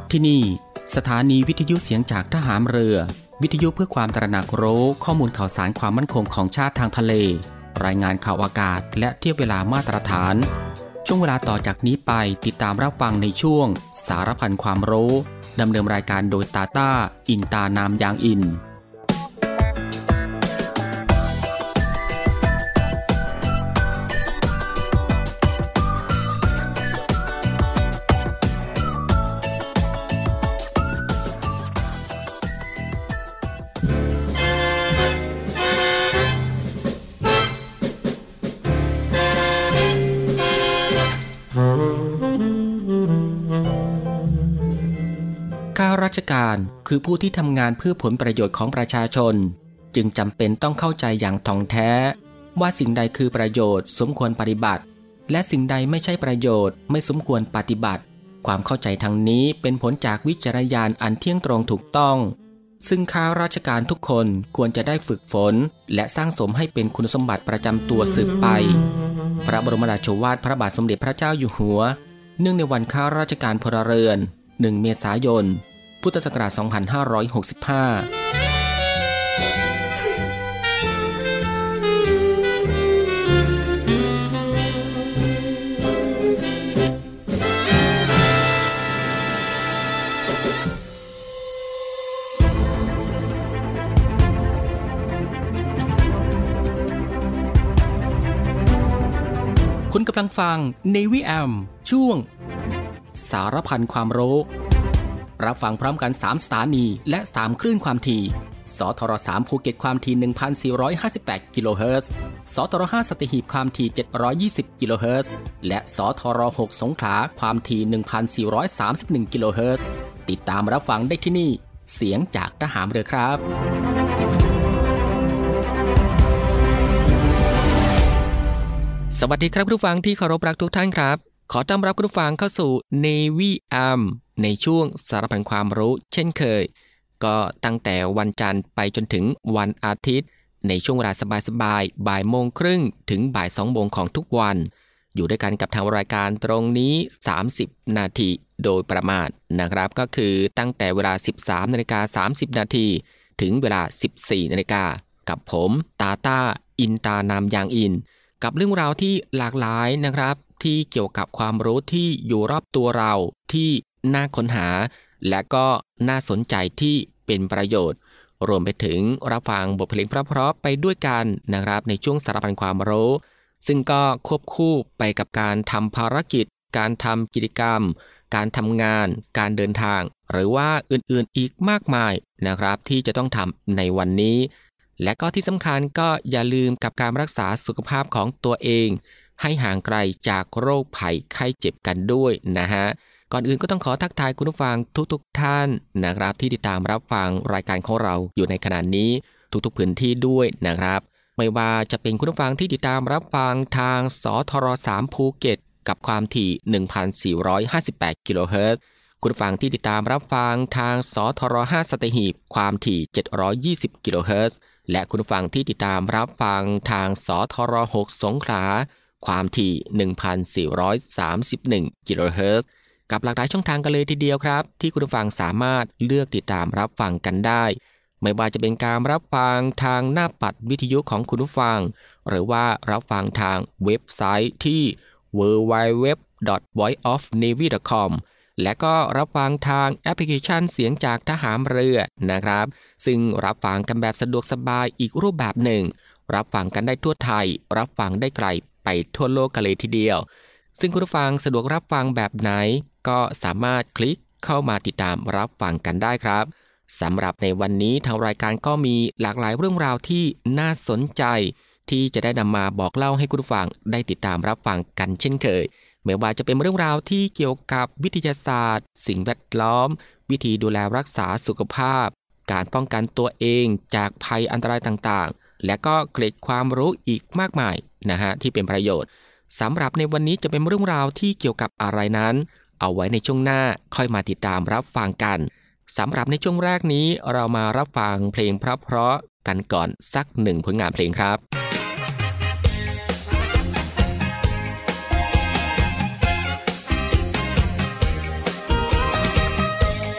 ที่นี่สถานีวิทยุเสียงจากทหารเรือวิทยุเพื่อความตระหนักรู้ข้อมูลข่าวสารความมั่นคงของชาติทางทะเลรายงานข่าวอากาศและเทียบเวลามาตรฐานช่วงเวลาต่อจากนี้ไปติดตามรับฟังในช่วงสารพันความรู้ดำเนินรายการโดยตาต้าอินตานามยางอินข้าราชการคือผู้ที่ทำงานเพื่อผลประโยชน์ของประชาชนจึงจำเป็นต้องเข้าใจอย่างถ่องแท้ว่าสิ่งใดคือประโยชน์สมควรปฏิบัติและสิ่งใดไม่ใช่ประโยชน์ไม่สมควรปฏิบัติความเข้าใจทางนี้เป็นผลจากวิจารณญาณอันเที่ยงตรงถูกต้องซึ่งข้าราชการทุกคนควรจะได้ฝึกฝนและสร้างสมให้เป็นคุณสมบัติประจำตัวสืบไปพระบรมราโชวาทพระบาทสมเด็จพระเจ้าอยู่หัวเนื่องในวันข้าราชการพลเรือน1 เมษายนพุทธศักราช 2565 คุณกำลังฟัง Navy AM ช่วงสารพันความรู้รับฟังพร้อมกัน3สถานีและ3คลื่นความถี่สทร3ภูเก็ตความถี่ 1,458 กิโลเฮิรตซ์สทร5สัตหีบความถี่720 กิโลเฮิรตซ์และสทร6สงขลาความถี่ 1,431 กิโลเฮิรตซ์ติดตามรับฟังได้ที่นี่เสียงจากทหารเรือครับสวัสดีครับผู้ฟังที่เคารพรักทุกท่านครับขอต้อนรับผู้ฟังเข้าสู่ Navy AM ในช่วงสารพันความรู้เช่นเคยก็ตั้งแต่วันจันทร์ไปจนถึงวันอาทิตย์ในช่วงเวลาสบายๆบ่ายโมงครึ่งถึงบ่าย2โมงของทุกวันอยู่ด้วยกันกับทางรายการตรงนี้30นาทีโดยประมาณนะครับก็คือตั้งแต่เวลา 13:30 นาทีถึงเวลา 14 นาฬิกากับผมตาต้าอินตานามยางอินกับเรื่องราวที่หลากหลายนะครับที่เกี่ยวกับความรู้ที่อยู่รอบตัวเราที่น่าค้นหาและก็น่าสนใจที่เป็นประโยชน์รวมไปถึงรับฟังบทเพลงเพราะๆไปด้วยกันนะครับในช่วงสารพันความรู้ซึ่งก็ควบคู่ไปกับการทำภารกิจการทำกิจกรรมการทำงานการเดินทางหรือว่าอื่นๆอีกมากมายนะครับที่จะต้องทำในวันนี้และก็ที่สำคัญก็อย่าลืมกับการรักษาสุขภาพของตัวเองให้ห่างไกลจากโรคภัยไข้เจ็บกันด้วยนะฮะก่อนอื่นก็ต้องขอทักทายคุณผู้ฟังทุกท่านนะครับที่ติดตามรับฟังรายการของเราอยู่ในขณะนี้ทุกๆพื้นที่ด้วยนะครับไม่ว่าจะเป็นคุณผู้ฟังที่ติดตามรับฟังทางสทร3ภูเก็ตกับความถี่ 1,458 กิโลเฮิรตซ์คุณผู้ฟังที่ติดตามรับฟังทางสทร5สัตหีบความถี่720 กิโลเฮิรตซ์และคุณผู้ฟังที่ติดตามรับฟังทางสทร6สงขลาความถี่ 1,431 กิโลเฮิรตซ์กับหลากหลายช่องทางกันเลยทีเดียวครับที่คุณผู้ฟังสามารถเลือกติดตามรับฟังกันได้ไม่ว่าจะเป็นการรับฟังทางหน้าปัดวิทยุของคุณผู้ฟังหรือว่ารับฟังทางเว็บไซต์ที่ www.voiceofnavy.com และก็รับฟังทางแอปพลิเคชันเสียงจากทหารเรือนะครับซึ่งรับฟังกันแบบสะดวกสบายอีกรูปแบบหนึ่งรับฟังกันได้ทั่วไทยรับฟังได้ไกลไปทั่วโลกกันเลยทีเดียวซึ่งคุณผู้ฟังสะดวกรับฟังแบบไหนก็สามารถคลิกเข้ามาติดตามรับฟังกันได้ครับสำหรับในวันนี้ทางรายการก็มีหลากหลายเรื่องราวที่น่าสนใจที่จะได้นำมาบอกเล่าให้คุณผู้ฟังได้ติดตามรับฟังกันเช่นเคยไม่ว่าจะเป็นเรื่องราวที่เกี่ยวกับวิทยาศาสตร์สิ่งแวดล้อมวิธีดูแลรักษาสุขภาพการป้องกันตัวเองจากภัยอันตรายต่างๆและก็เกร็ดความรู้อีกมากมายนะฮะที่เป็นประโยชน์สำหรับในวันนี้จะเป็นเรื่องราวที่เกี่ยวกับอะไรนั้นเอาไว้ในช่วงหน้าค่อยมาติดตามรับฟังกันสำหรับในช่วงแรกนี้เรามารับฟังเพลงเพราะๆกันก่อนสัก1ผลงานเพลงครับเ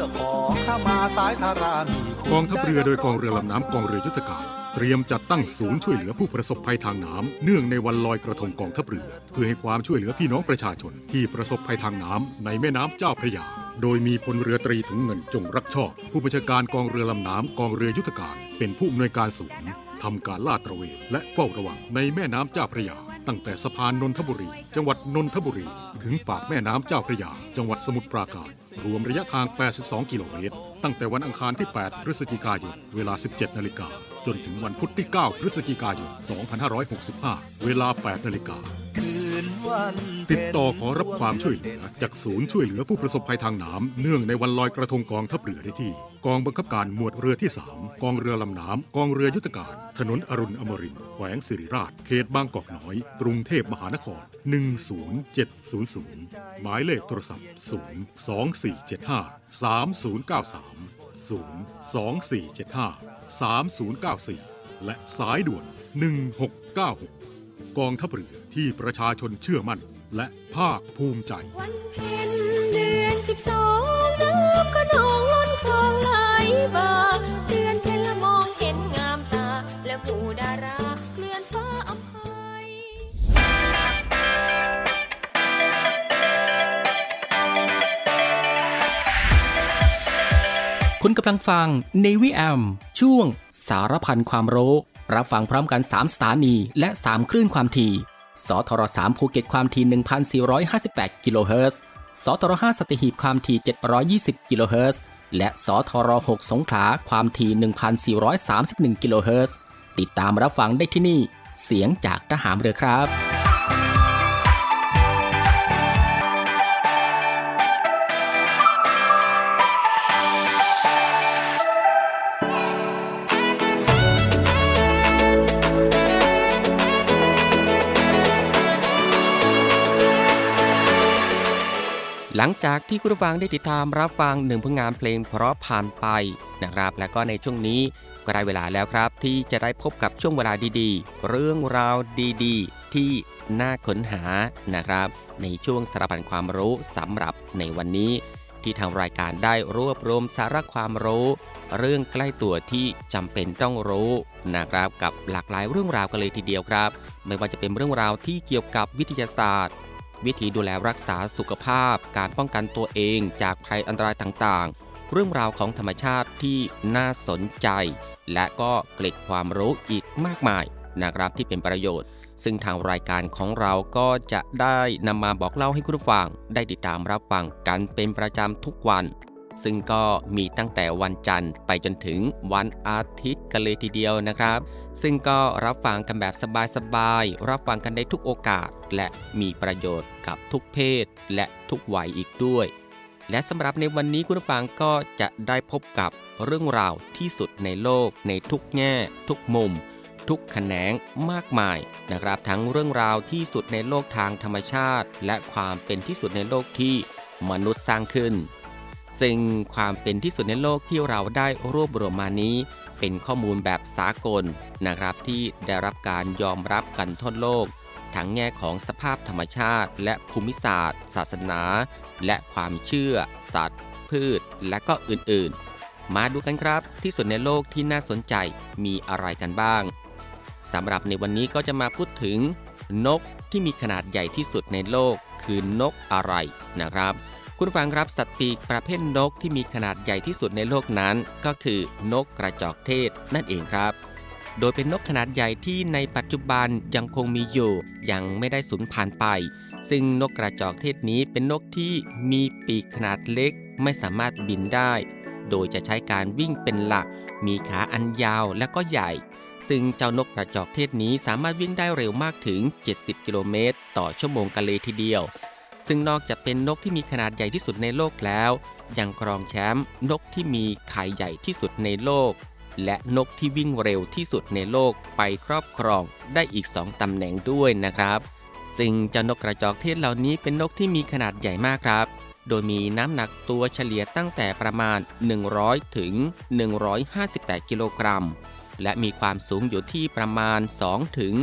ขอข้ามาสายธารามีกองทัพเรือโดยกองเรือลำน้ำกองเรือยุทธการเตรียมจัดตั้งศูนย์ช่วยเหลือผู้ประสบภัยทางน้ำเนื่องในวันลอยกระทงกองทัพเรือเพื่อให้ความช่วยเหลือพี่น้องประชาชนที่ประสบภัยทางน้ำในแม่น้ำเจ้าพระยาโดยมีพลเรือตรีถุงเงินจงรักชอบผู้บัญชาการกองเรือลำน้ำกองเรือยุทธการเป็นผู้อำนวยการศูนย์ทำการลาดตระเวนและเฝ้าระวังในแม่น้ำเจ้าพระยาตั้งแต่สะพานนนทบุรีจังหวัดนนทบุรีถึงปากแม่น้ำเจ้าพระยาจังหวัดสมุทรปราการรวมระยะทาง82กิโลเมตรตั้งแต่วันอังคารที่8พฤศจิกายนเวลา 17 นาฬิกาจนถึงวันพุธที่9พฤศจิกายน2565เวลา 8 นาฬิกาติดต่อขอรับความช่วยเหลือจากศูนย์ช่วยเหลือผู้ประสบภัยทางน้ำเนื่องในวันลอยกระทงกองทัพเรือได้ที่กองบังคับการหมวดเรือที่3กองเรือลำน้ำกองเรือยุทธการถนนอรุณอมรินทร์แขวงสิริราชเขตบางกอกน้อยกรุงเทพมหานคร10700หมายเลขโทรศัพท์024753093 และสายด่วน1696กองทัพเรือที่ประชาชนเชื่อมั่นและภาคภูมิใจวันเพ็ญเดือน12น้ำก็นองล้นคลองไหลบ่าเดือนเพ็ญละมองเห็นงามตาและหมู่ดาราเกลื่อนฟ้าอำไพคุณกำลังฟัง Navy AM ช่วงสารพันความรู้รับฟังพร้อมกัน3สถานีและ3คลื่นความถี่สทร3ภูเก็ตความถี่ 1,458 กิโลเฮิรตซ์สทร5สัตหีบความถี่720 กิโลเฮิรตซ์และสทร6สงขลาความถี่ 1,431 กิโลเฮิรตซ์ติดตามรับฟังได้ที่นี่เสียงจากทหารเรือครับหลังจากที่คุณผู้ฟังได้ติดตามรับฟังหนึ่งผลงานเพลงเพราะผ่านไปนะครับและก็ในช่วงนี้ก็ได้เวลาแล้วครับที่จะได้พบกับช่วงเวลาดีๆเรื่องราวดีๆที่น่าค้นหานะครับในช่วงสารพันความรู้สำหรับในวันนี้ที่ทางรายการได้รวบรวมสาระความรู้เรื่องใกล้ตัวที่จำเป็นต้องรู้นะครับกับหลากหลายเรื่องราวกันเลยทีเดียวครับไม่ว่าจะเป็นเรื่องราวที่เกี่ยวกับวิทยาศาสตร์วิธีดูแลรักษาสุขภาพการป้องกันตัวเองจากภัยอันตรายต่างๆเรื่องราวของธรรมชาติที่น่าสนใจและก็เกร็ดความรู้อีกมากมายนะครับที่เป็นประโยชน์ซึ่งทางรายการของเราก็จะได้นำมาบอกเล่าให้คุณผู้ฟังได้ติดตามรับฟังกันเป็นประจำทุกวันซึ่งก็มีตั้งแต่วันจันทร์ไปจนถึงวันอาทิตย์กันเลยทีเดียวนะครับซึ่งก็รับฟังกันแบบสบายๆรับฟังกันได้ทุกโอกาสและมีประโยชน์กับทุกเพศและทุกวัยอีกด้วยและสำหรับในวันนี้คุณผู้ฟังก็จะได้พบกับเรื่องราวที่สุดในโลกในทุกแง่ทุกมุมทุกแขนงมากมายนะครับทั้งเรื่องราวที่สุดในโลกทางธรรมชาติและความเป็นที่สุดในโลกที่มนุษย์สร้างขึ้นซึ่งความเป็นที่สุดในโลกที่เราได้รวบรวมมานี้เป็นข้อมูลแบบสากลนะครับที่ได้รับการยอมรับกันทั่วโลกทั้งแง่ของสภาพธรรมชาติและภูมิศาสตร์ศาสนาและความเชื่อสัตว์พืชและก็อื่นๆมาดูกันครับที่สุดในโลกที่น่าสนใจมีอะไรกันบ้างสำหรับในวันนี้ก็จะมาพูดถึงนกที่มีขนาดใหญ่ที่สุดในโลกคือนกอะไรนะครับคุณฟังครับสัตว์ปีกประเภทนกที่มีขนาดใหญ่ที่สุดในโลกนั้นก็คือนกกระจอกเทศนั่นเองครับโดยเป็นนกขนาดใหญ่ที่ในปัจจุบันยังคงมีอยู่ยังไม่ได้สูญพันธุ์ไปซึ่งนกกระจอกเทศนี้เป็นนกที่มีปีกขนาดเล็กไม่สามารถบินได้โดยจะใช้การวิ่งเป็นหลักมีขาอันยาวและก็ใหญ่ซึ่งเจ้านกกระจอกเทศนี้สามารถวิ่งได้เร็วมากถึง70กิโลเมตรต่อชั่วโมงกันเลยทีเดียวซึ่งนอกจากเป็นนกที่มีขนาดใหญ่ที่สุดในโลกแล้วยังครองแชมป์นกที่มีไข่ใหญ่ที่สุดในโลกและนกที่วิ่งเร็วที่สุดในโลกไปครอบครองได้อีก2ตำแหน่งด้วยนะครับซึ่งเจ้านกกระจอกเทศเหล่านี้เป็นนกที่มีขนาดใหญ่มากครับโดยมีน้ำหนักตัวเฉลี่ยตั้งแต่ประมาณ100ถึง158กิโลกรัมและมีความสูงอยู่ที่ประมาณ2ถึง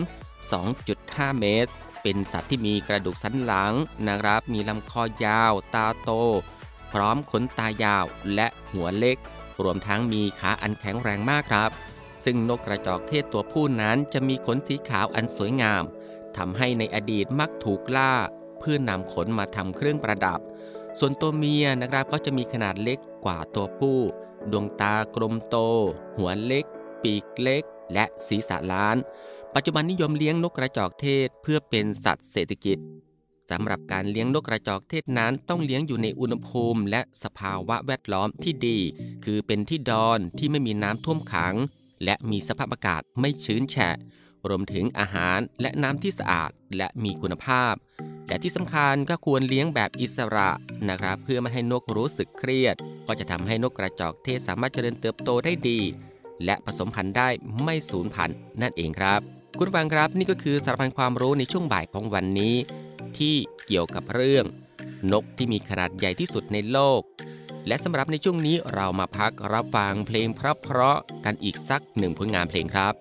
2.5 เมตรเป็นสัตว์ที่มีกระดูกสันหลังนะครับมีลำคอยาวตาโตพร้อมขนตายาวและหัวเล็กรวมทั้งมีขาอันแข็งแรงมากครับซึ่งนกกระจอกเทศตัวผู้นั้นจะมีขนสีขาวอันสวยงามทำให้ในอดีตมักถูกล่าเพื่อนำขนมาทำเครื่องประดับส่วนตัวเมียนะครับก็จะมีขนาดเล็กกว่าตัวผู้ดวงตากลมโตหัวเล็กปีกเล็กและศีรษะล้านปัจจุบันนิยมเลี้ยงนกกระจอกเทศเพื่อเป็นสัตว์เศรษฐกิจสำหรับการเลี้ยงนกกระจอกเทศนั้นต้องเลี้ยงอยู่ในอุณหภูมิและสภาวะแวดล้อมที่ดีคือเป็นที่ดอนที่ไม่มีน้ำท่วมขังและมีสภาพอากาศไม่ชื้นแฉะรวมถึงอาหารและน้ำที่สะอาดและมีคุณภาพและที่สำคัญก็ควรเลี้ยงแบบอิสระนะครับเพื่อไม่ให้นกรู้สึกเครียดก็จะทำให้นกกระจอกเทศสามารถเจริญเติบโตได้ดีและผสมพันธุ์ได้ไม่สูญพันธุ์นั่นเองครับคุณผู้ฟังครับนี่ก็คือสารพันความรู้ในช่วงบ่ายของวันนี้ที่เกี่ยวกับเรื่องนกที่มีขนาดใหญ่ที่สุดในโลกและสำหรับในช่วงนี้เรามาพักรับฟังเพลงเพราะๆกันอีกสักหนึ่งผลงานเพลงครับ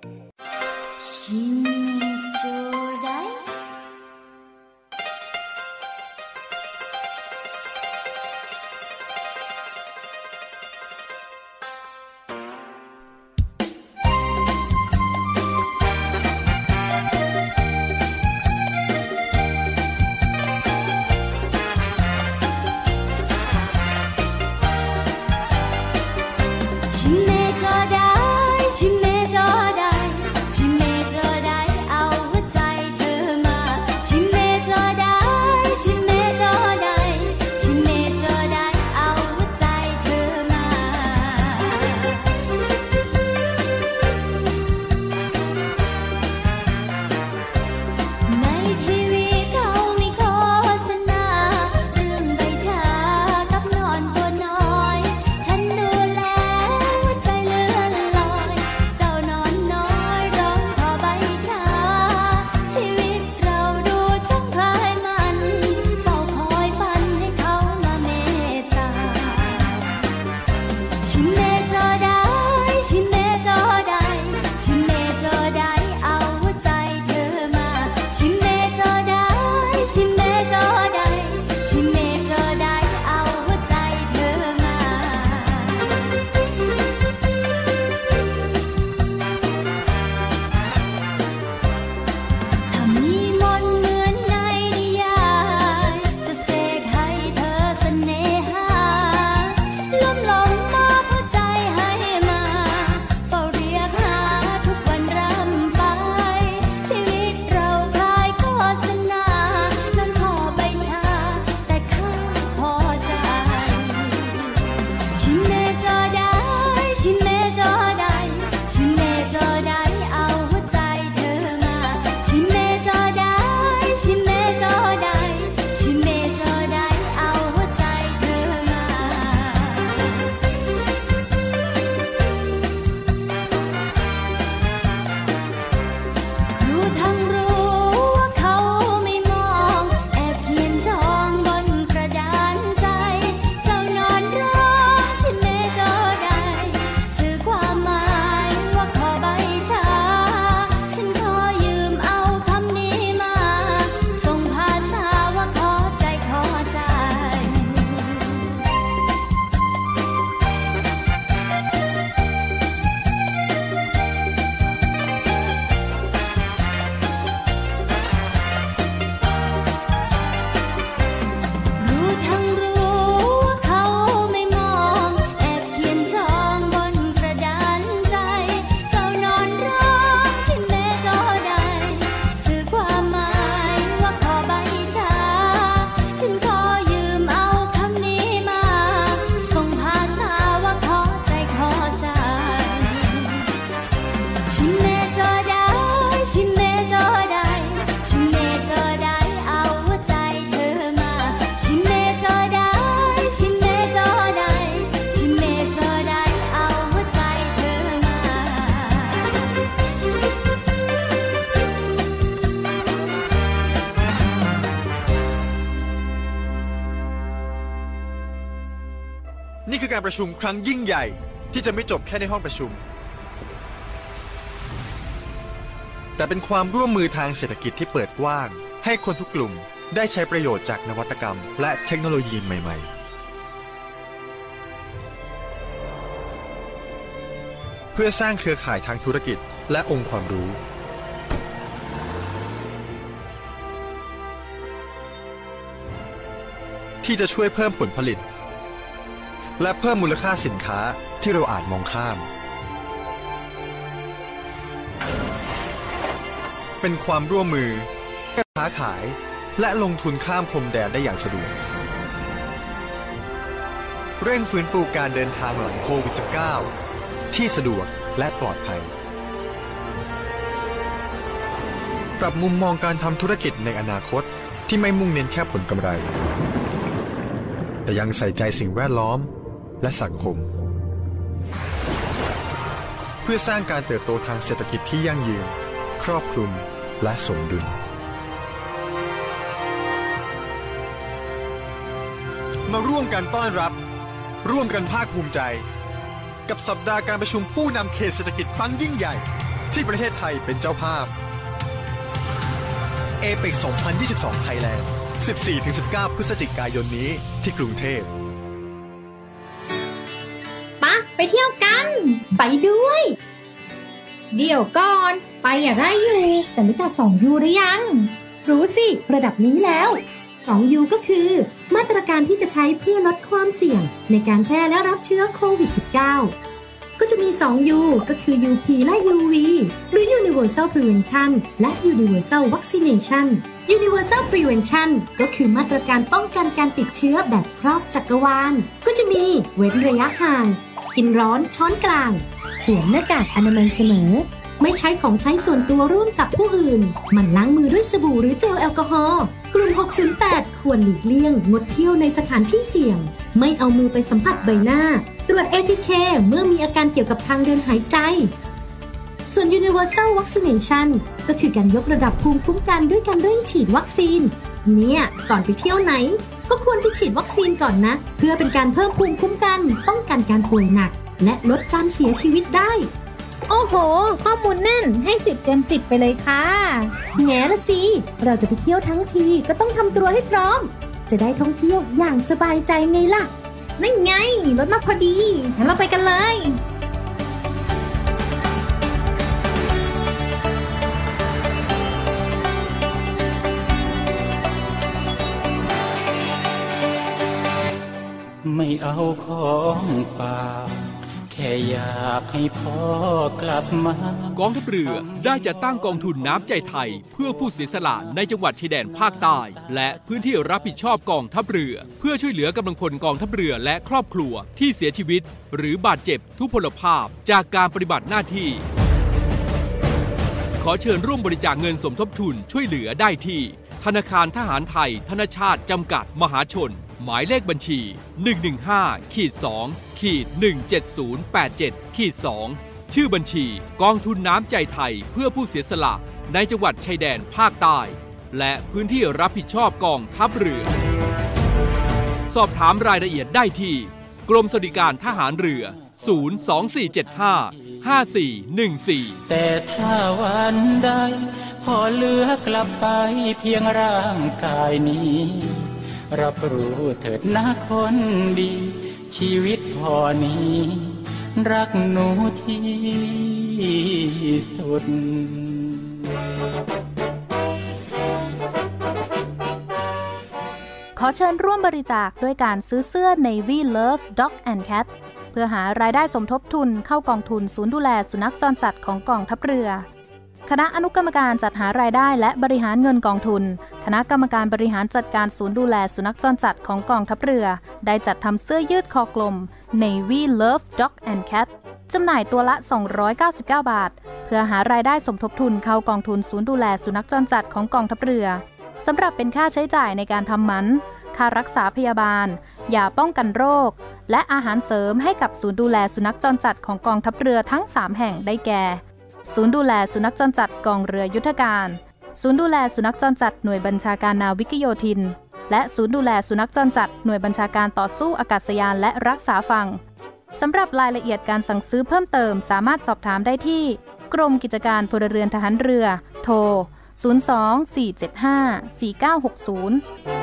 นี่คือการประชุมครั้งยิ่งใหญ่ที่จะไม่จบแค่ในห้องประชุมแต่เป็นความร่วมมือทางเศรษฐกิจที่เปิดกว้างให้คนทุกกลุ่มได้ใช้ประโยชน์จากนวัตกรรมและเทคโนโลยีใหม่ๆเพื่อสร้างเครือข่ายทางธุรกิจและองค์ความรู้ที่จะช่วยเพิ่มผลผลิตและเพิ่มมูลค่าสินค้าที่เราอาจมองข้ามเป็นความร่วมมือค้าขายและลงทุนข้ามพรมแดนได้อย่างสะดวกเร่งฟื้นฟูการเดินทางหลังโควิด -19 ที่สะดวกและปลอดภัยปรับมุมมองการทำธุรกิจในอนาคตที่ไม่มุ่งเน้นแค่ผลกำไรแต่ยังใส่ใจสิ่งแวดล้อมและสังคมเพื่อสร้างการเติบโตทางเศรษฐกิจที่ยั่งยืนครอบคลุมและสมดุลมาร่วมกันต้อนรับร่วมกันภาคภูมิใจกับสัปดาห์การประชุมผู้นำเขตเศรษฐกิจครั้งยิ่งใหญ่ที่ประเทศไทยเป็นเจ้าภาพ APEC 2022 Thailand 14-19 พฤศจิกายนนี้ที่กรุงเทพปะไปเที่ยวกันไปด้วยเดี๋ยวก่อนไปอยากได้อยู่แต่รู้จัก 2U หรือยังรู้สิระดับนี้แล้ว 2U ก็คือมาตรการที่จะใช้เพื่อลดความเสี่ยงในการแพร่และรับเชื้อโควิด -19 ก็จะมี 2U ก็คือ UP และ UV หรือ Universal Prevention และ Universal Vaccination Universal Prevention ก็คือมาตรการป้องกันการติดเชื้อแบบครอบจักรวาลก็จะมีเว้นระยะห่างกินร้อนช้อนกลางสวมหน้ากากอนามัยเสมอไม่ใช้ของใช้ส่วนตัวร่วมกับผู้อื่นหมั่นล้างมือด้วยสบู่หรือเจลแอลกอฮอล์กลุ่ม 608 ควรหลีกเลี่ยงงดเที่ยวในสถานที่เสี่ยงไม่เอามือไปสัมผัสใบหน้าตรวจ ATK เมื่อมีอาการเกี่ยวกับทางเดินหายใจส่วน Universal Vaccination ก็คือการยกระดับภูมิคุ้มกันด้วยการเร่งฉีดวัคซีนเนี่ยก่อนไปเที่ยวไหนก็ควรไปฉีดวัคซีนก่อนนะเพื่อเป็นการเพิ่มภูมิคุ้มกันป้องกันการป่วยหนักและลดการเสียชีวิตได้โอ้โหข้อมูลแน่นให้10 เต็ม 10ไปเลยค่ะแง่ละสิเราจะไปเที่ยวทั้งทีก็ต้องทำตัวให้พร้อมจะได้ท่องเที่ยวอย่างสบายใจไงล่ะนั่นไงรถมาพอดีงั้นเราไปกันเลยไม่เอาของฝากแค่อยากให้พ่อกลับมากองทัพเรือได้จัดตั้งกองทุนน้ำใจไทยเพื่อผู้เสียสละในจังหวัดชายแดนภาคใต้และพื้นที่รับผิดชอบกองทัพเรือเพื่อช่วยเหลือกำลังพลกองทัพเรือและครอบครัวที่เสียชีวิตหรือบาดเจ็บทุพพลภาพจากการปฏิบัติหน้าที่ขอเชิญร่วมบริจาคเงินสมทบทุนช่วยเหลือได้ที่ธนาคารทหารไทยธนชาติจำกัดมหาชนหมายเลขบัญชี 115-2-17087-2 ชื่อบัญชีกองทุนน้ำใจไทยเพื่อผู้เสียสละในจังหวัดชายแดนภาคใต้และพื้นที่รับผิดชอบกองทัพเรือสอบถามรายละเอียดได้ที่กรมสวัสดิการทหารเรือ 02475-5414 แต่ถ้าวันใดพอเหลือกลับไปเพียงร่างกายนี้รับรู้เถิดนะคนดีชีวิตพอนี้รักหนูที่สุดขอเชิญร่วมบริจาคด้วยการซื้อเสื้อ Navy Love Dog and Cat เพื่อหารายได้สมทบทุนเข้ากองทุนศูนย์ดูแลสุนัขจรจัดของกองทัพเรือคณะอนุกรรมการจัดหารายได้และบริหารเงินกองทุนคณะกรรมการบริหารจัดการศูนย์ดูแลสุนัขจรจัดของกองทัพเรือได้จัดทำเสื้อยืดคอกลม Navy Love Dog and Cat จำหน่ายตัวละ299 บาทเพื่อหารายได้สมทบทุนเข้ากองทุนศูนย์ดูแลสุนัขจรจัดของกองทัพเรือสำหรับเป็นค่าใช้จ่ายในการทำหมันค่ารักษาพยาบาลยาป้องกันโรคและอาหารเสริมให้กับศูนย์ดูแลสุนัขจรจัดของกองทัพเรือทั้ง3แห่งได้แก่ศูนย์ดูแลสุนัขจรจัดกองเรือยุทธการศูนย์ดูแลสุนัขจรจัดหน่วยบัญชาการนาวิกโยธินและศูนย์ดูแลสุนัขจรจัดหน่วยบัญชาการต่อสู้อากาศยานและรักษาฝั่งสำหรับรายละเอียดการสั่งซื้อเพิ่มเติมสามารถสอบถามได้ที่กรมกิจการพลเรือนทหารเรือโทร024754960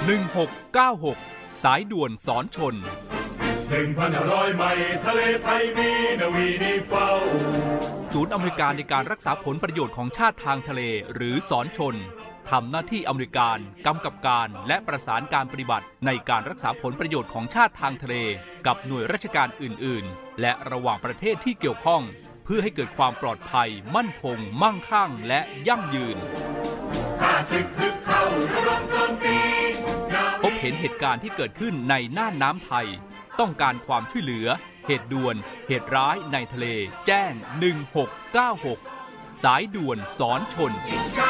1696 สายด่วนสอนชน 1,500 ไมล์ทะเลไทยมีนาวีนิเฝ้าศูนย์อเมริกันในการรักษาผลประโยชน์ของชาติทางทะเลหรือสอนชนทำหน้าที่อเมริกันกำกับการและประสานการปฏิบัติในการรักษาผลประโยชน์ของชาติทางทะเลกับหน่วยราชการอื่นๆและระหว่างประเทศที่เกี่ยวข้องเพื่อให้เกิดความปลอดภัยมั่นคงมั่งคั่งและยั่งยืนพบเห็นเหตุการณ์ที่เกิดขึ้นในน่านน้ำไทยต้องการความช่วยเหลือเหตุด่วนเหตุร้ายในทะเลแจ้ง1696สายด่วนสอนชน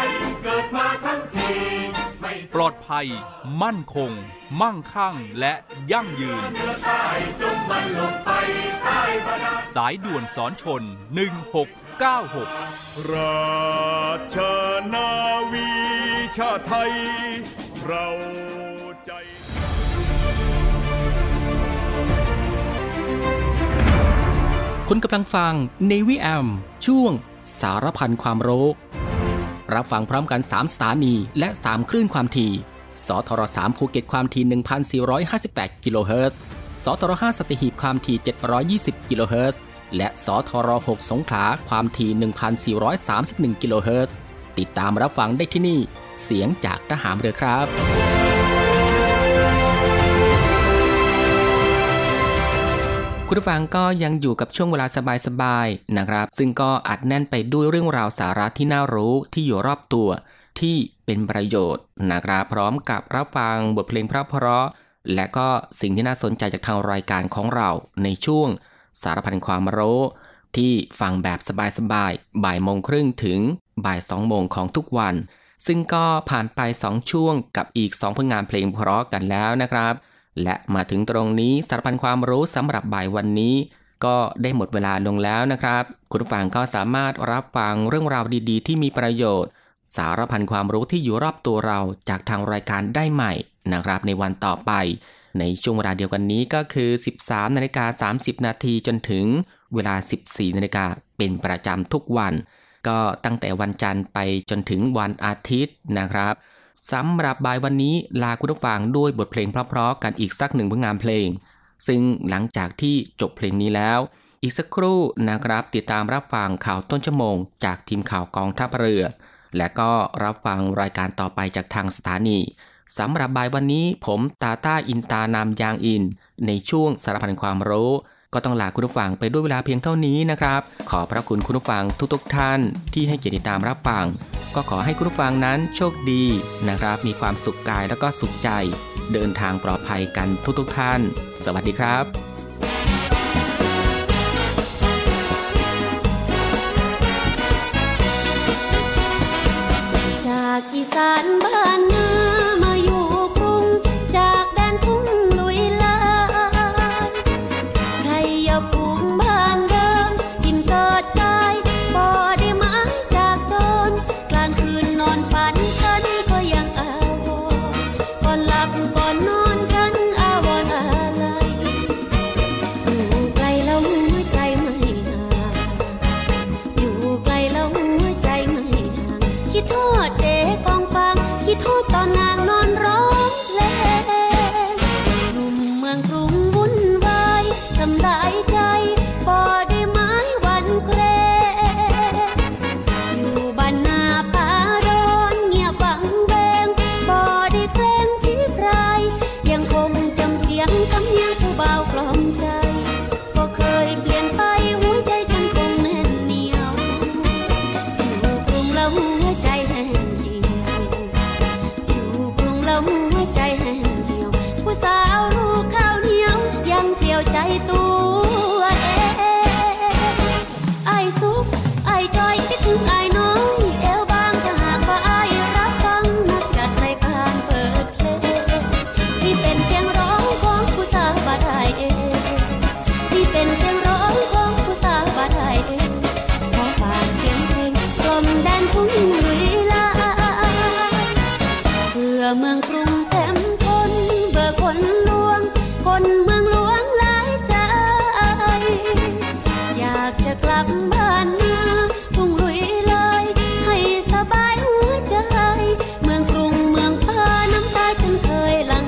ปลอดภัยมั่นคงมั่งคั่งและยั่งยืนสายด่วนสอนชน1696 ราชนาวีชาติไทยเราใจคุณกำลังฟัง Navy AM ช่วงสารพันความรู้รับฟังพร้อมกัน3สถานีและ3คลื่นความถี่สทร3ภูเก็ตความถี่ 1,458 กิโลเฮิรตซ์สทร5สัตหีบความถี่720 กิโลเฮิรตซ์และสทร6สงขลาความถี่ 1,431 กิโลเฮิรตซ์ติดตามรับฟังได้ที่นี่เสียงจากทหารเรือครับคุณผู้ฟังก็ยังอยู่กับช่วงเวลาสบายๆนะครับซึ่งก็อัดแน่นไปด้วยเรื่องราวสาระที่น่ารู้ที่อยู่รอบตัวที่เป็นประโยชน์นะครับพร้อมกับรับฟังบทเพลงเพราะๆและก็สิ่งที่น่าสนใจจากทางรายการของเราในช่วงสารพันความรู้ที่ฟังแบบสบายๆบ่ายโมงครึ่งถึงบ่าย2โมงของทุกวันซึ่งก็ผ่านไป2ช่วงกับอีก2ผลงานเพลงเพราะกันแล้วนะครับและมาถึงตรงนี้สารพันความรู้สำหรับบ่ายวันนี้ก็ได้หมดเวลาลงแล้วนะครับคุณผู้ฟังก็สามารถรับฟังเรื่องราวดีๆที่มีประโยชน์สารพันความรู้ที่อยู่รอบตัวเราจากทางรายการได้ใหม่นะครับในวันต่อไปในช่วงเวลาเดียวกันนี้ก็คือ 13:30 นาทีจนถึงเวลา 14 นาฬิกาเป็นประจำทุกวันก็ตั้งแต่วันจันทร์ไปจนถึงวันอาทิตย์นะครับสำหรับบ่ายวันนี้ลาคุณผู้ฟังด้วยบทเพลงเพราะๆกันอีกสักหนึ่งผลงานเพลงซึ่งหลังจากที่จบเพลงนี้แล้วอีกสักครู่นะครับติดตามรับฟังข่าวต้นชั่วโมงจากทีมข่าวกองทัพเรือและก็รับฟังรายการต่อไปจากทางสถานีสำหรับบ่ายวันนี้ผมตาต้าอินตานามยางอินในช่วงสารพันความรู้ก็ต้องลาคุณผู้ฟังไปด้วยเวลาเพียงเท่านี้นะครับขอพระคุณคุณผู้ฟังทุกท่านที่ให้เกียรติติดตามรับฟังก็ขอให้คุณผู้ฟังนั้นโชคดีนะครับมีความสุขกายแล้วก็สุขใจเดินทางปลอดภัยกันทุกท่านสวัสดีครับจากอีสานบ้านนามาอยู่กรุงจากแดนทุ่งลุยลายชัยภูมิบ้านเดิมกินเกิดกายบ่ได้หมายจากจนกลางคืนนอนฝันฉันก็ยังอาวรก่อนหลับก่อนนอนฉันอาวรอะไรอยู่ไกลแล้วหัวใจไม่ห่างอยู่ไกลแล้วหัวใจไม่ห่างคิดทอดเด็กกองฟังคิดทอดตอนนางนอนร้องเพลงหนุ่มเมืองกรุงวุ่นวายทำได้ใจบ่ได้หมายหวั่นเกรงอยู่บ้านนาป่าดอนเงียบวังเวงบ่ได้เกรงที่ใครยังคงจำเสียงสำเนียงผู้บ่าวกล่อมใจบ่เคยเปลี่ยนไปหัวใจฉันคงแน่นเหนียวอยู่กรุงแล้วหัวใจแห้งเหี่ยวอยู่กรุงแล้วหัวใจแห้งเหี่ยวผู้สาวลูกข้าวเหนียวยังเกี่ยวใจตัวเองไอ้สุกไอ้จอยคิดถึงไอ้น้องเอวบางถ้าหากว่าไอ้รับฟังนักจัดรายการเปิดเพลงที่เป็นเสียงร้องของผู้สาวบ้านไทยเองที่เป็นเสียงร้องของผู้สาวบ้านไทยเองขอฝากเสียงเพลงกลมแดนทุ่งลุยลายเพื่อเมืองกรุงเต็มทนเบื่อคนลวงคนเมืองหลวงหลายใจอยากจะกลับบ้านนาทุ่งลุยลายให้สบายหัวใจเมืองกรุงเมืองฟ้าน้ำตาฉันเคยไหล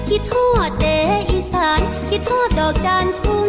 คิดทอดเดอีสานคิดทอดดอกจานพู